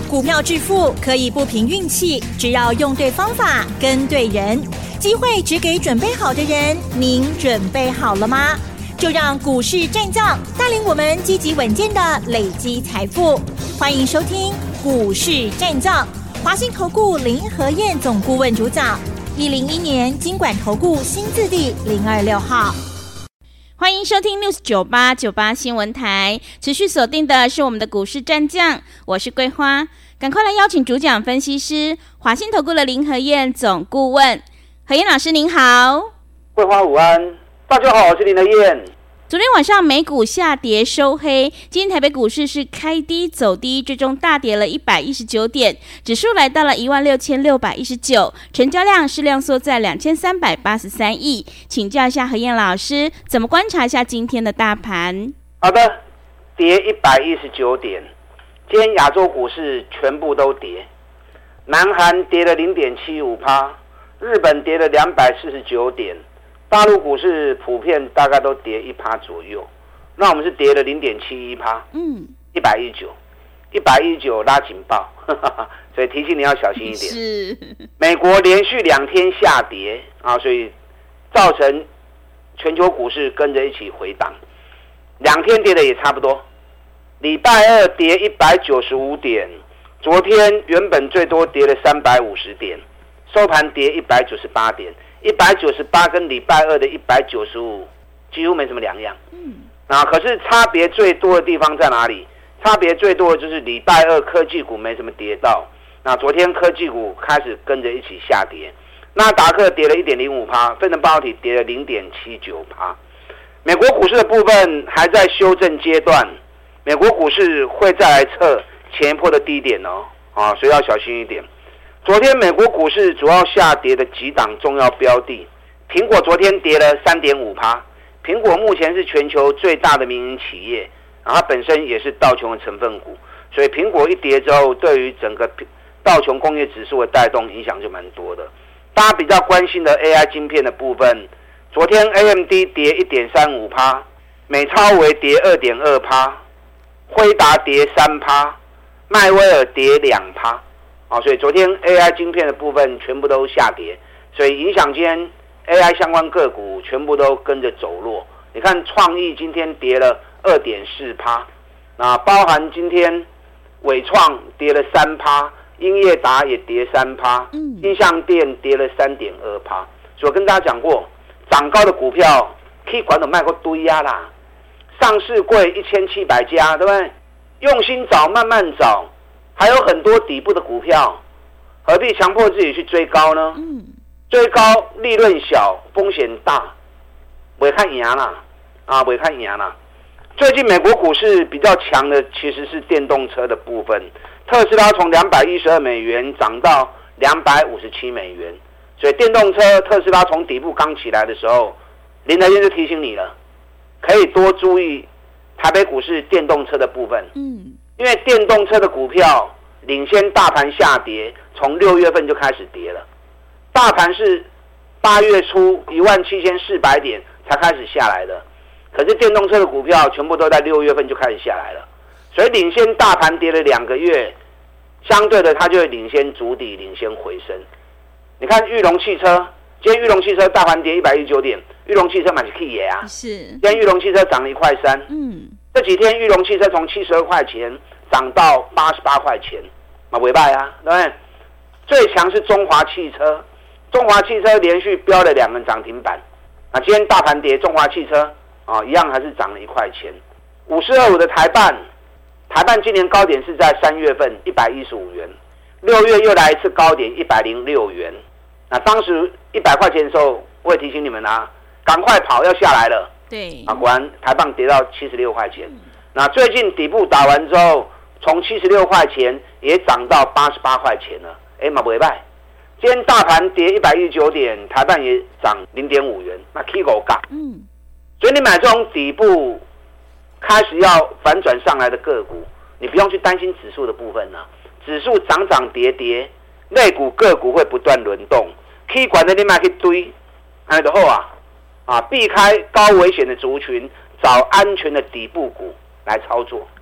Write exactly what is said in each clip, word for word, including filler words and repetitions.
股票致富可以不凭运气，只要用对方法跟对人，机会只给准备好的人。您准备好了吗？就让股市战将带领我们积极稳健的累积财富。欢迎收听股市战将，华信投顾林和彥总顾问主讲，一零一年金管投顾新字第零二六号。 欢迎收听 News 九八九八新闻台，持续锁定的是我们的股市战将，我是桂花，赶快来邀请主讲分析师华信投顾的林和彥总顾问。和彥老师您好。 桂花午安，大家好，我是林和彥。 昨天晚上美股下跌收黑，今天台北股市是开低走低，最终大跌了一百一十九点，指数来到了一万六千六百一十九，成交量是量缩在两千三百八十三亿。请教一下和彥老师，怎么观察一下今天的大盘？ 好的，跌一百一十九点，今天亚洲股市全部都跌，南韩跌了 零点七五%，日本跌了两百四十九点，大陆股市普遍大概都跌 百分之一 左右，那我们是跌了 零点七一%，嗯，一百一十九，一百一十九拉警报，呵呵，所以提醒你要小心一点。 是， 美国连续两天下跌啊，所以造成全球股市跟着一起回档，两天跌的也差不多。礼拜二跌一百九十五点，昨天原本最多跌了三百五十点，收盘跌一百九十八点。一百九十八跟礼拜二的一百九十五几乎没什么两样，嗯，啊，可是差别最多的地方在哪里？差别最多的就是礼拜二科技股没什么跌到，那昨天科技股开始跟着一起下跌，纳达克跌了 一点零五%，费城半导体跌了 零点七九%。美国股市的部分还在修正阶段，美国股市会再来测前一波的低点哦，啊，所以要小心一点。昨天美国股市主要下跌的几档重要标的，苹果昨天跌了 三点五%，苹果目前是全球最大的民营企业，然后它本身也是道琼的成分股，所以苹果一跌之后，对于整个道琼工业指数的带动影响就蛮多的。大家比较关心的 A I 晶片的部分，昨天 A M D 跌 一点三五%，美超微跌 二点二%，辉达跌 三%，迈威尔跌 两%。啊，所以昨天 A I 晶片的部分全部都下跌，所以影响今天 A I 相关个股全部都跟着走弱。你看创意今天跌了 二点四%，那包含今天伟创跌了 三%， 英业达也跌 三%， 金像电跌了 三点二%。所以我跟大家讲过，涨高的股票可以管的卖过堆啊啦，上市柜一千七百家，对不对？用心找，慢慢找。还有很多底部的股票，何必强迫自己去追高呢？嗯，追高利润小，风险大，不看赢啦，啊，不看赢啦。最近美国股市比较强的其实是电动车的部分，特斯拉从两百一十二美元涨到两百五十七美元，所以电动车特斯拉从底部刚起来的时候，林和彥就提醒你了，可以多注意台北股市电动车的部分。嗯。因为电动车的股票领先大盘下跌，从六月份就开始跌了。大盘是八月初一万七千四百点才开始下来的，可是电动车的股票全部都在六月份就开始下来了，所以领先大盘跌了两个月，相对的它就会领先筑底，领先回升。你看裕隆汽车，今天裕隆汽车大盘跌一百一十九点，裕隆汽车买是 K 爷啊， 是， 今天裕隆汽车涨了一块三，嗯。这几天裕隆汽车从七十二块钱涨到八十八块钱，嘛尾拜啊，对不对？最强是中华汽车，中华汽车连续飙了两个涨停板。啊，今天大盘跌，中华汽车啊一样还是涨了一块钱。五四二五的台办，台办今年高点是在三月份一百一十五元，六月又来一次高点一百零六元。那当时一百块钱的时候，我也提醒你们啊，赶快跑，要下来了。 对啊，果然台棒跌到七十六块钱。嗯、那最近底部打完之后，从七十六块钱也涨到八十八块钱了。哎，嘛不会败。今天大盘跌一百一十九点，台棒也涨零点五元，那 K 狗嘎。嗯。所以你买这种底部开始要反转上来的个股，你不用去担心指数的部分了、啊。指数涨涨跌跌，类股个股会不断轮动。K 管的你买去堆，哎的后啊。啊，避开高危险的族群，找安全的底部股来操作。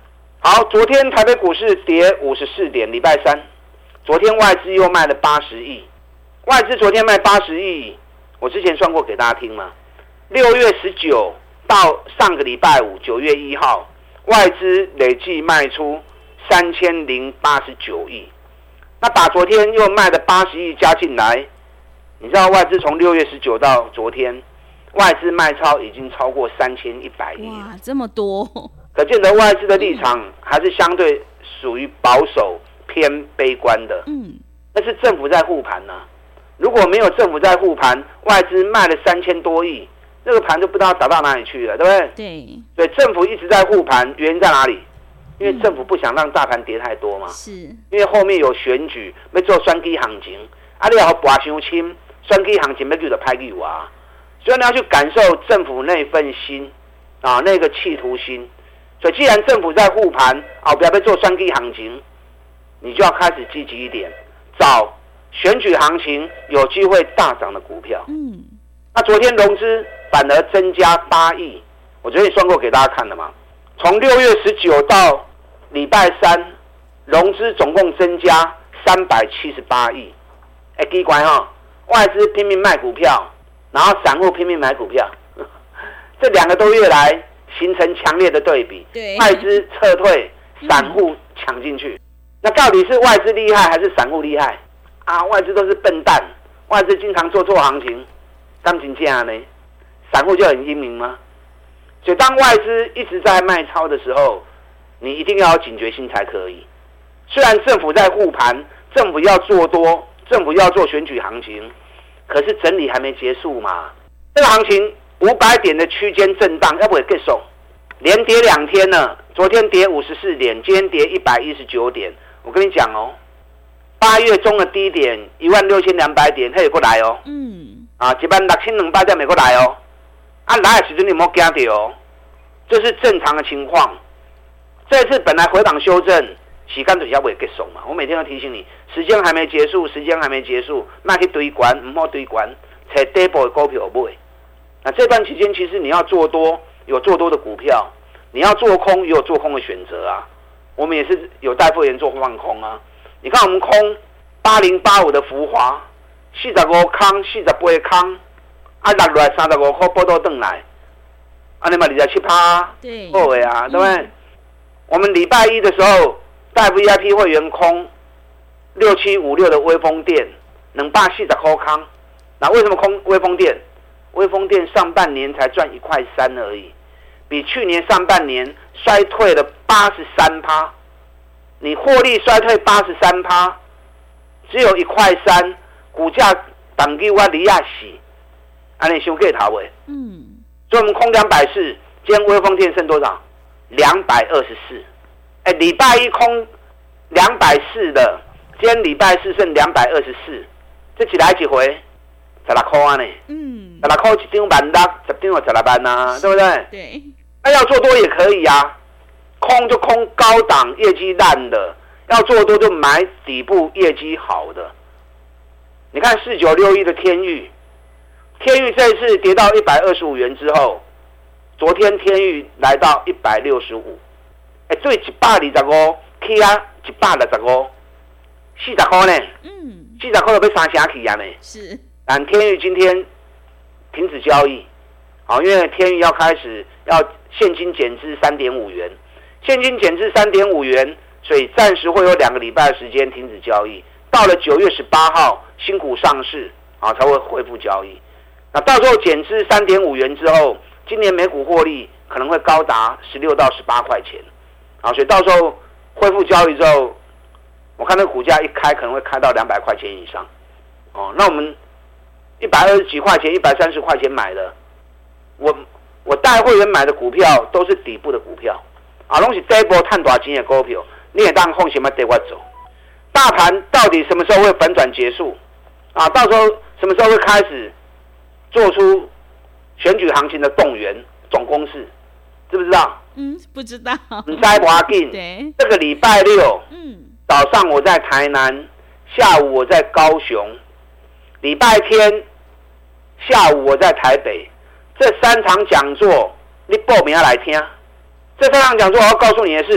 好，昨天台北股市跌五十四点，礼拜三，昨天外资又卖了八十亿，外资昨天卖八十亿，我之前算过给大家听嘛。六月十九到上个礼拜五，九月一号，外资累计卖出三千零八十九亿，那把昨天又卖的八十亿加进来，你知道外资从六月十九到昨天，外资卖超已经超过三千一百亿。 哇，这么多！ 可见得外资的立场还是相对属于保守偏悲观的。嗯，那是政府在护盘呐、啊。如果没有政府在护盘，外资卖了三千多亿，这个盘就不知道打到哪里去了，对不对？ 对。 所以政府一直在护盘，原因在哪里？因为政府不想让大盘跌太多嘛。 是。 因为后面有选举，要做选举行情，啊，你要博伤深，选举行情要叫做歹去啊。所以你要去感受政府那份心啊，那个企图心。所以既然政府在护盘，啊，不要被做选举行情，你就要开始积极一点，找选举行情有机会大涨的股票。嗯。那昨天融资反而增加八亿，我昨天算过给大家看了嘛。从六月十九到礼拜三，融资总共增加三百七十八亿。哎，奇怪哈，外资拼命卖股票，然后散户拼命买股票，这两个多月来形成强烈的对比。 对， 外资撤退，散户抢进去。那到底是外资厉害还是散户厉害？啊，外资都是笨蛋，外资经常做错行情，当真这样呢？散户就很英明吗？所以当外资一直在卖超的时候，你一定要有警觉性才可以。虽然政府在护盘，政府要做多，政府要做选举行情，可是整理还没结束嘛。这个行情五百点的区间震荡，要不会结束？连跌两天了，昨天跌五十四点，今天跌一百一十九点。我跟你讲哦，八月中的低点一万六千两百点，它有过来哦。嗯。啊，一万六千两百点没过来哦。啊，来的时候你有没有惊到哦？这是正常的情况。这次本来回档修正，时间就是要未结束嘛。我每天都提醒你，时间还没结束，时间还没结束，那去堆关，唔好堆关，找底部的股票买。那这段期间，其实你要做多，有做多的股票；你要做空，也有做空的选择啊。我们也是有带会员做放空啊。你看我们空八零八五的福华，四十五空，四十八空。啊，落来三十五块报到回来，啊，你嘛二十七趴， 对， 好的啊，对不对？嗯、我们礼拜一的时候带 V I P 会员空六七五六的微风电，两百四十块空。那为什么空微风电？微风电上半年才赚一块三而已，比去年上半年衰退了八十三趴。你获利衰退八十三趴，只有一块三，股价等于我离亚死。安尼伤过头诶，嗯，所以我们空两百四，今天微风电剩多少？两百二十四。哎，礼拜一空两百四的，今天礼拜四剩两百二十四，这一来一回十六块啊呢。嗯，十六块一张万六，十张就十六万啊，对不对？ 对。 那要做多也可以啊，空就空高档业绩烂的，要做多就买底部业绩好的。你看四九六一的天钰。天钰这一次跌到一百二十五元之后，昨天天钰来到一百六十五，哎，对，一百二十五，起啊，一百六十五，四十块呢，嗯，四十块都被三成起啊呢， 是， 但天钰今天停止交易，好，因为天钰要开始要现金减资三点五元，现金减资三点五元，所以暂时会有两个礼拜的时间停止交易，到了九月十八号新股上市啊才会恢复交易。那到时候减资三点五元之后，今年每股获利可能会高达十六到十八块钱，啊，所以到时候恢复交易之后，我看那股价一开可能会开到两百块钱以上，哦，那我们一百二十几块钱、一百三十块钱买的，我我带会员买的股票都是底部的股票，啊，都是这一波赚大钱的股票，你也当放心嘛，带我走。大盘到底什么时候会反转结束？啊，到时候什么时候会开始做出选举行情的动员总公式，知不知道？ 嗯，不知道。 唔知不要紧。 对。 这个礼拜六，嗯，早上我在台南，下午我在高雄，礼拜天下午我在台北，这三场讲座你报名要来听。这三场讲座我要告诉你的是，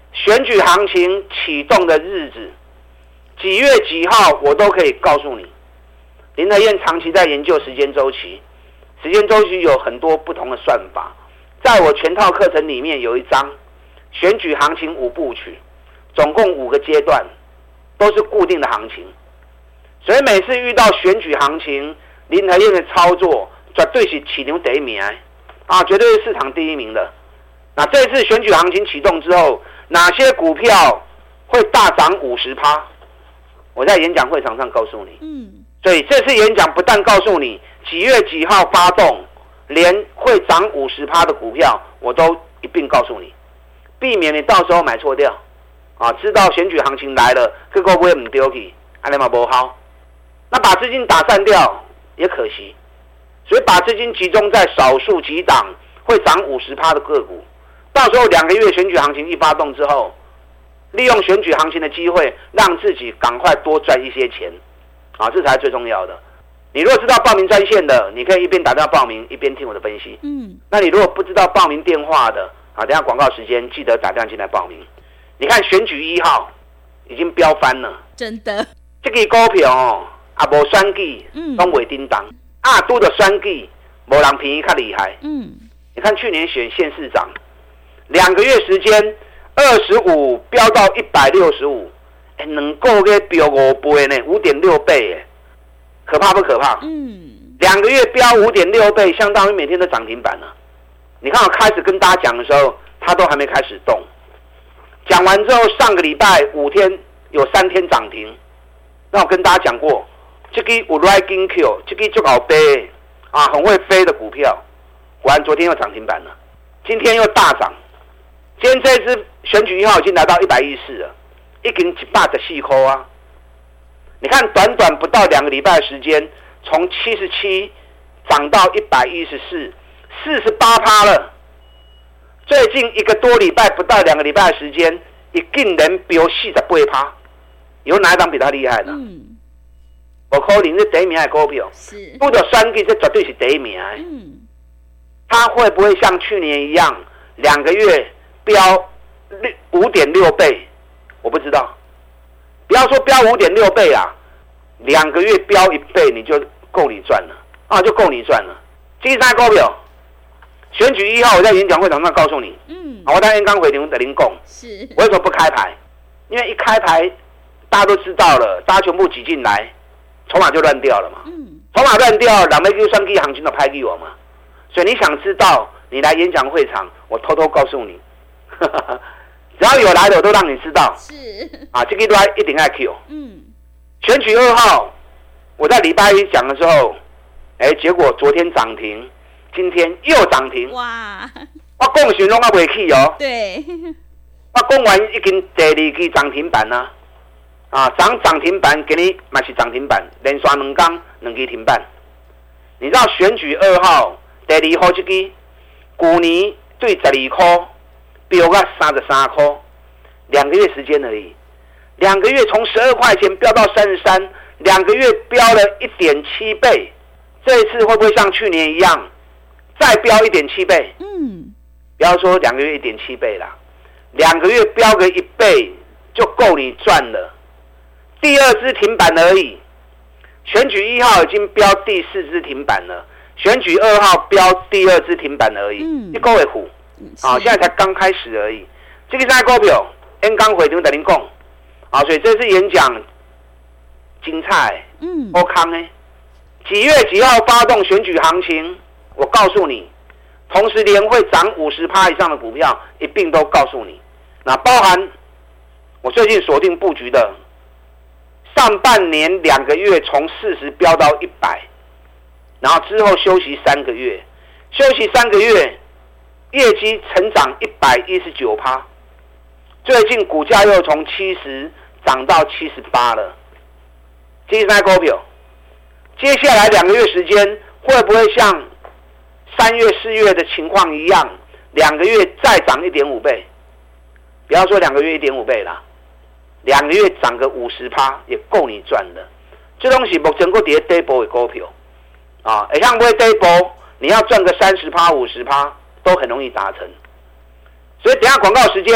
选举行情启动的日子，几月几号我都可以告诉你。林和燕长期在研究时间周期，时间周期有很多不同的算法，在我全套课程里面有一章选举行情五部曲，总共五个阶段，都是固定的行情。所以每次遇到选举行情，林和燕的操作绝对是市场第一名啊，绝对是市场第一名的。那这次选举行情启动之后，哪些股票会大涨 百分之五十？ 我在演讲会场上告诉你。嗯，所以这次演讲不但告诉你几月几号发动，连会涨 百分之五十 的股票我都一并告诉你，避免你到时候买错掉啊！知道选举行情来了，结果买不丢去，这样也不好。那把资金打散掉也可惜，所以把资金集中在少数几档会涨 百分之五十 的个股。到时候两个月选举行情一发动之后，利用选举行情的机会，让自己赶快多赚一些钱，啊，这才是最重要的。你如果知道报名专线的，你可以一边打电话报名，一边听我的分析。嗯，那你如果不知道报名电话的，啊，等一下广告时间记得打电话进来报名。你看选举一号已经飙翻了， 真的。 这个股票哦，啊无选举，都袂叮当，啊拄着选举，无人便宜较厉害。嗯，你看去年选县市长。两个月时间，二十五飙到一百六十五，哎，两个月飙五倍呢，五点六倍，哎，可怕不可怕？嗯，两个月飙五点六倍，相当于每天都涨停板了。你看我开始跟大家讲的时候，它都还没开始动。讲完之后，上个礼拜五天有三天涨停，那我跟大家讲过，这个有来金 Q， 这个就好飞啊，很会飞的股票，果然昨天又涨停板了，今天又大涨。今天这支选举一号已经来到一百一十四了，已经一百十四块啊！你看，短短不到两个礼拜的时间，从七十七涨到一百一十四，四十八趴了。最近一个多礼拜，不到两个礼拜的时间，一竟然飙四十八趴，有哪一档比他厉害呢？嗯，不可能是第一名的股票，是不着选举，这绝对是第一名。嗯，他会不会像去年一样，两个月飙五点六倍？我不知道。不要说飙五点六倍啊，两个月飙一倍，你就够你赚了啊，就够你赚了。第三股票，选举一号，我在演讲会场上告诉你，嗯，我在演讲会场的零供，是为什么不开牌？因为一开牌，大家都知道了，大家全部挤进来，筹码就乱掉了嘛。嗯，筹码乱掉，两枚就算给行情都拍给我嘛。所以你想知道，你来演讲会场，我偷偷告诉你。只要有来的我都让你知道，是啊，这个都一定要 Q。嗯，选举二号，我在礼拜一讲的时候，哎，结果昨天涨停，今天又涨停。哇！我讲时拢还未起哦。对。我讲完已经第二支涨停板啦，啊，涨涨停板给你嘛是涨停板，连续两天两支停板。你知道选举二号第二号这支，去年对十二块。飙到三十三块，两个月时间而已。两个月从十二块钱飙到三十三，两个月飙了一点七倍。这一次会不会像去年一样，再飙一点七倍？嗯，不要说两个月一点七倍啦，两个月飙个一倍就够你赚了。第二支停板而已，选举一号已经飙第四支停板了，选举二号飙第二支停板而已。嗯，你够会虎。啊，现在才刚开始而已。这个三股票，演讲会场等您讲。啊，所以这次演讲精彩，嗯，好康呢。几月几号发动选举行情？我告诉你，同时连会涨 百分之五十 以上的股票一并都告诉你。那包含我最近锁定布局的，上半年两个月从四十飙到一百，然后之后休息三个月，休息三个月。业绩成长 一百一十九趴， 最近股价又从七十涨到七十八了。这三股票，接下来两个月时间会不会像三月、四月的情况一样，两个月再涨 一点五倍？不要说两个月 一点五倍啦，两个月涨个 百分之五十 也够你赚的。这东西目前还在底部的股票啊，会像买底部，你要赚个 百分之三十、百分之五十。都很容易达成，所以等一下广告时间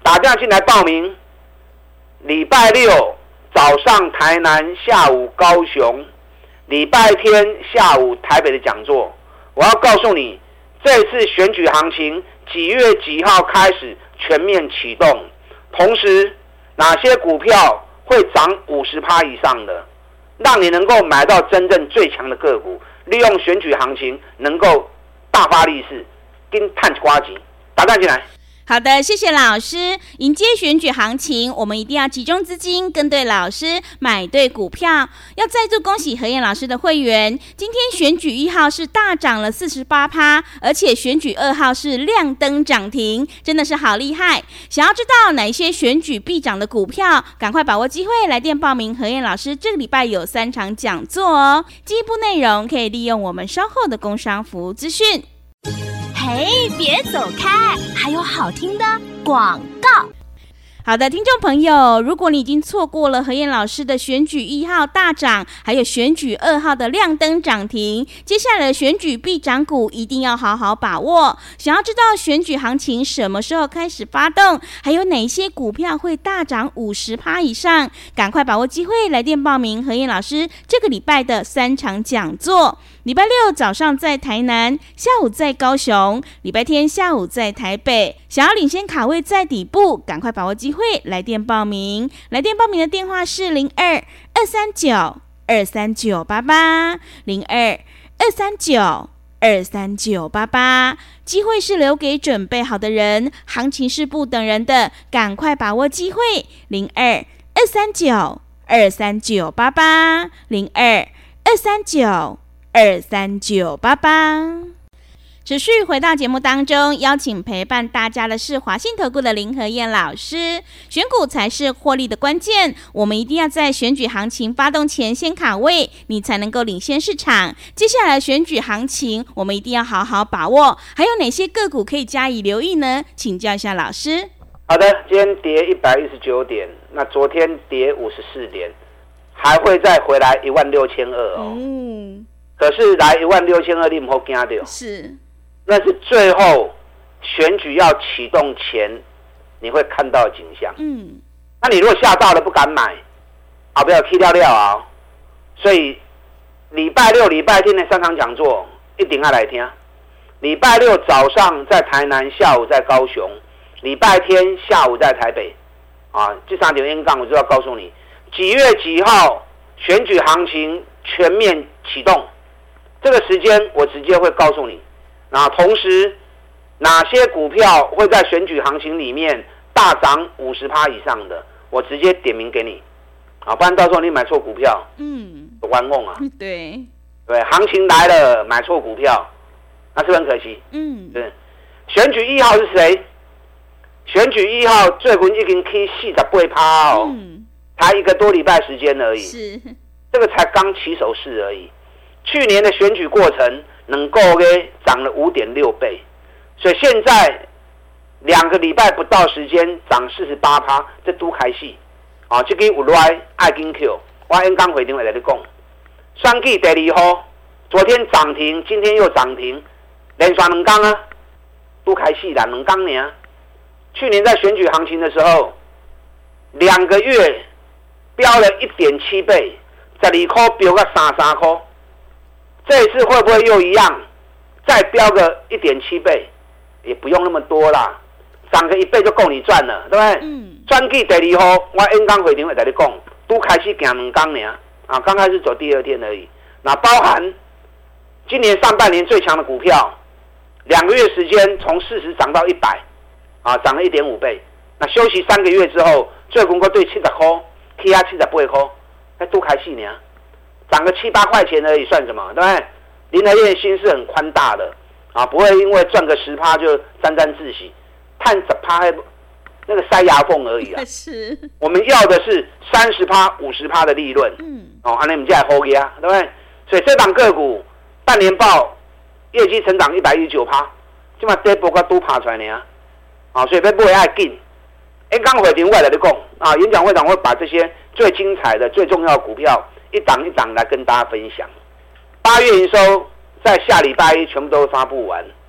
打电话进来报名。礼拜六早上台南，下午高雄，礼拜天下午台北的讲座。我要告诉你，这次选举行情几月几号开始全面启动，同时哪些股票会涨 百分之五十 以上的，让你能够买到真正最强的个股，利用选举行情能够大发利市，跟探瓜吉打蛋进来。 好的，谢谢老师。迎接选举行情，我们一定要集中资金，跟对老师，买对股票。要再度恭喜和燕老师的会员，今天选举一号是大涨了 百分之四十八， 而且选举二号是亮灯涨停，真的是好厉害。想要知道哪些选举必涨的股票，赶快把握机会来电报名。和燕老师这个礼拜有三场讲座哦，进一步内容可以利用我们稍后的工商服务资讯。 嘿，别走开，还有好听的广告。 好的，听众朋友，如果你已经错过了和燕老师的选举一号大涨，还有选举二号的亮灯涨停，接下来的选举必涨股一定要好好把握。想要知道选举行情什么时候开始发动，还有哪些股票会大涨 百分之五十 以上，赶快把握机会来电报名和燕老师这个礼拜的三场讲座。礼拜六早上在台南，下午在高雄，礼拜天下午在台北。想要领先卡位在底部，赶快把握机会来电报名。来电报名的电话是零二二三九二三九八八零二二三九二三九八八。机会是留给准备好的人，行情是不等人的，赶快把握机会。零二二三九二三九八八零二二三九二三九八八。持续回到节目当中，邀请陪伴大家的是华信投顾的林和燕老师。选股才是获利的关键，我们一定要在选举行情发动前先卡位，你才能够领先市场。接下来选举行情，我们一定要好好把握。还有哪些个股可以加以留意呢？请教一下老师。 好的，今天跌一百一十九点，那昨天跌五十四点，还会再回来一万六千二哦。嗯，可是来一万六千二，你不要惊到。 是。 那是最后选举要启动前你会看到的景象。嗯，那你如果吓到了不敢买，啊，不要踢掉掉啊！所以礼拜六、礼拜天的三场讲座一定要来听。礼拜六早上在台南，下午在高雄；礼拜天下午在台北。啊，这三点演讲我就要告诉你，几月几号选举行情全面启动，这个时间我直接会告诉你。那同时，哪些股票会在选举行情里面大涨 百分之五十 以上的，我直接点名给你，啊，不然到时候你买错股票，嗯，玩梦啊， 对， 对，行情来了买错股票，那是不是很可惜？嗯，对。选举一号是谁？选举一号最近已经去四十八趴哦，嗯，才一个多礼拜时间而已，是，这个才刚起手式而已。去年的选举过程。能够给涨了 五点六倍，所以现在两个礼拜不到时间涨 百分之四十八， 这都开戏啊！这个有来爱跟 Q， 我刚刚回电话来你讲，选举第二号，昨天涨停，今天又涨停，连续两天啊，都开戏啦，两天呢。去年在选举行情的时候，两个月飙了 一点七倍，十二块飙到三十三块。这一次会不会又一样，再飙个 一点七倍？也不用那么多啦，涨个一倍就够你赚了，对不对？嗯。选举第二号，我演讲会场会跟你讲，都开始行两天呢，啊，刚开始走第二天而已。那包含今年上半年最强的股票，两个月时间从四十涨到一百，啊，涨了 一点五倍。那休息三个月之后，最高对七十块，起啊七十八块，那都开始呢。涨个七八块钱而已，算什么？对不对？林和燕心是很宽大的啊，不会因为赚个十趴就沾沾自喜，探十趴那个塞牙缝而已啊。是，我们要的是三十趴、五十趴的利润。嗯，哦，安尼我们就来 hold 呀，对不对？所以这档个股半年报业绩成长一百一十九趴，起码这波个都爬出来呢啊，所以要买要紧。演讲会场我来你讲啊，演讲会场会把这些最精彩的、最重要的股票。一档一档来跟大家分享。八月营收在下礼拜一全部都会发布完，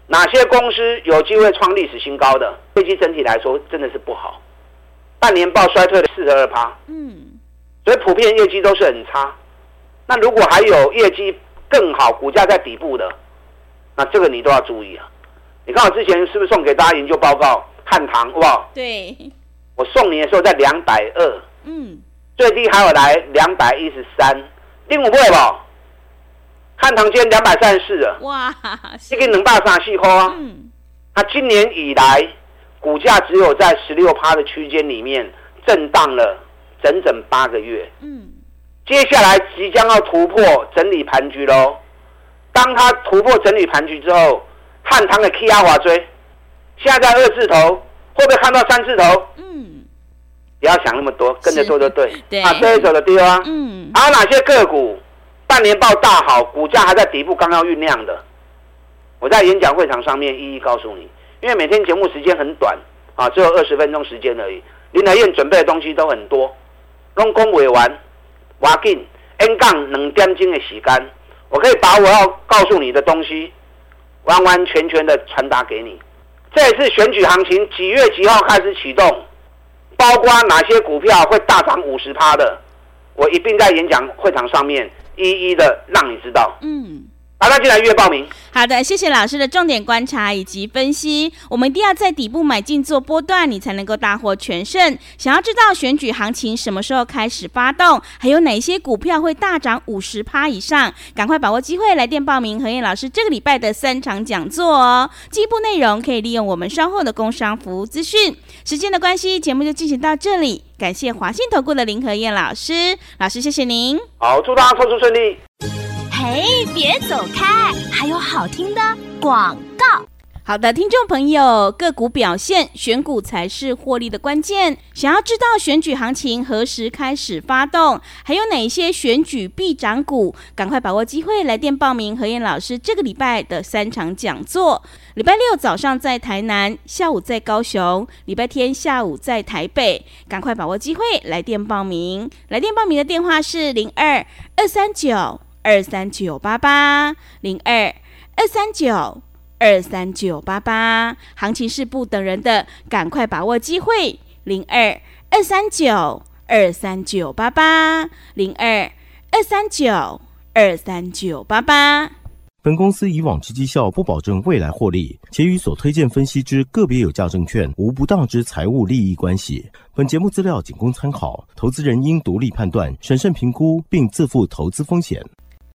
哪些公司有机会创历史新高的？业绩整体来说真的是不好，半年报衰退了 百分之四十二， 嗯，所以普遍业绩都是很差。那如果还有业绩更好，股价在底部的，那这个你都要注意啊。你看我之前是不是送给大家研究报告汉唐，好不好？ 对， 我送你的时候在两百二，嗯，最低还有来两百一十三，另五倍吧。汉唐今天两百三十四了，哇，这个两百三十四块啊。嗯，它今年以来股价只有在 百分之十六 的区间里面震荡了整整八个月。嗯，接下来即将要突破整理盘局喽。当它突破整理盘局之后，汉唐的 K R 华追，现在在二字头，会不会看到三字头？嗯，不要想那么多，跟着做就对。对啊，这一手的丢啊。嗯，还有哪些个股？半年报大好，股价还在底部刚刚酝酿的，我在演讲会场上面一一告诉你。因为每天节目时间很短啊，只有二十分钟时间而已。林海燕准备的东西都很多，拢讲不完，挖紧 N 杠两点钟的时间，我可以把我要告诉你的东西完完全全的传达给你。这一次选举行情几月几号开始启动，包括哪些股票会大涨 百分之五十 的，我一并在演讲会场上面一一的让你知道。嗯，好，那进来预约报名。 好的，谢谢老师的重点观察以及分析。我们一定要在底部买进做波段，你才能够大获全胜。想要知道选举行情什么时候开始发动，还有哪些股票会大涨 百分之五十 以上，赶快把握机会来电报名何燕老师这个礼拜的三场讲座哦。进一步内容可以利用我们稍后的工商服务资讯。时间的关系，节目就进行到这里。感谢华信投顾的林何燕老师，老师谢谢您。 好，祝大家投资顺利。 嘿，别走开，还有好听的广告。 好的，听众朋友，个股表现，选股才是获利的关键。想要知道选举行情何时开始发动，还有哪些选举必涨股，赶快把握机会来电报名何燕老师这个礼拜的三场讲座。礼拜六早上在台南，下午在高雄，礼拜天下午在台北，赶快把握机会来电报名。来电报名的电话是零二二三九二三九八八零二二三九二三九八八，行情是不等人的，赶快把握机会。零二二三九二三九八八零二二三九二三九八八。 本公司以往之绩效不保证未来获利，且与所推荐分析之个别有价证券无不当之财务利益关系。本节目资料仅供参考，投资人应独立判断、审慎评估，并自负投资风险。